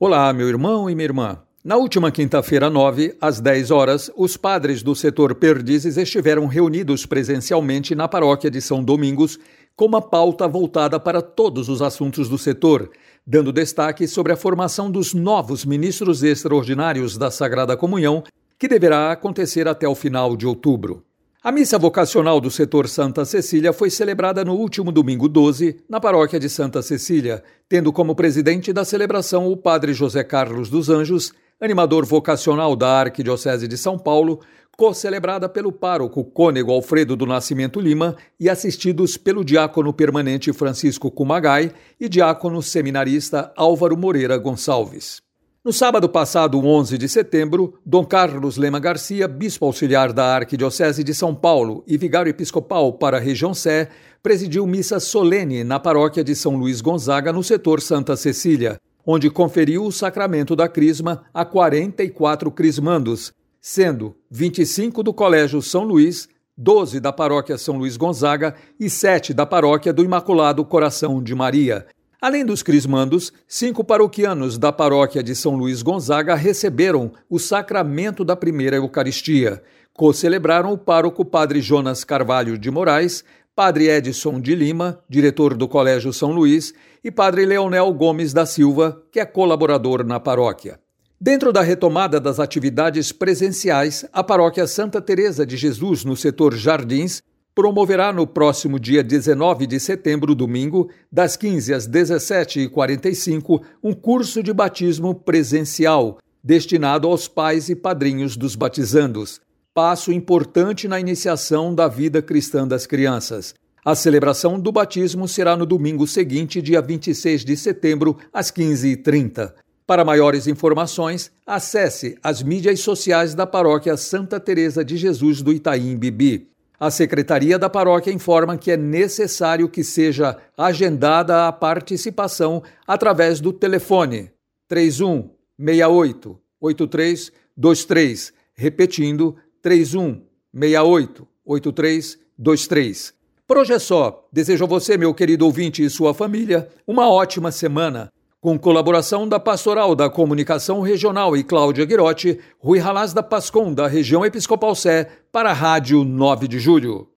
Olá, meu irmão e minha irmã. Na última quinta-feira, 9, às 10 horas, os padres do setor Perdizes estiveram reunidos presencialmente na paróquia de São Domingos com uma pauta voltada para todos os assuntos do setor, dando destaque sobre a formação dos novos ministros extraordinários da Sagrada Comunhão, que deverá acontecer até o final de outubro. A missa vocacional do setor Santa Cecília foi celebrada no último domingo 12, na paróquia de Santa Cecília, tendo como presidente da celebração o padre José Carlos dos Anjos, animador vocacional da Arquidiocese de São Paulo, co-celebrada pelo pároco cônego Alfredo do Nascimento Lima e assistidos pelo diácono permanente Francisco Kumagai e diácono seminarista Álvaro Moreira Gonçalves. No sábado passado, 11 de setembro, Dom Carlos Lema Garcia, bispo auxiliar da Arquidiocese de São Paulo e vigário episcopal para a região Sé, presidiu missa solene na paróquia de São Luís Gonzaga, no setor Santa Cecília, onde conferiu o sacramento da crisma a 44 crismandos, sendo 25 do Colégio São Luís, 12 da paróquia São Luís Gonzaga e 7 da paróquia do Imaculado Coração de Maria. Além dos crismandos, 5 paroquianos da paróquia de São Luís Gonzaga receberam o sacramento da primeira Eucaristia. Co-celebraram o pároco Padre Jonas Carvalho de Moraes, Padre Edson de Lima, diretor do Colégio São Luís, e Padre Leonel Gomes da Silva, que é colaborador na paróquia. Dentro da retomada das atividades presenciais, a paróquia Santa Teresa de Jesus, no setor Jardins, promoverá no próximo dia 19 de setembro, domingo, das 15 às 17h45, um curso de batismo presencial, destinado aos pais e padrinhos dos batizandos, passo importante na iniciação da vida cristã das crianças. A celebração do batismo será no domingo seguinte, dia 26 de setembro, às 15h30. Para maiores informações, acesse as mídias sociais da paróquia Santa Teresa de Jesus do Itaim Bibi. A Secretaria da Paróquia informa que é necessário que seja agendada a participação através do telefone 31 68 8323, repetindo 31 68 8323. Por hoje é só. Desejo a você, meu querido ouvinte, e sua família, uma ótima semana. Com colaboração da Pastoral da Comunicação Regional e Cláudia Guirotti, Rui Halás da Pascom, da região Episcopal Sé, para a Rádio 9 de Julho.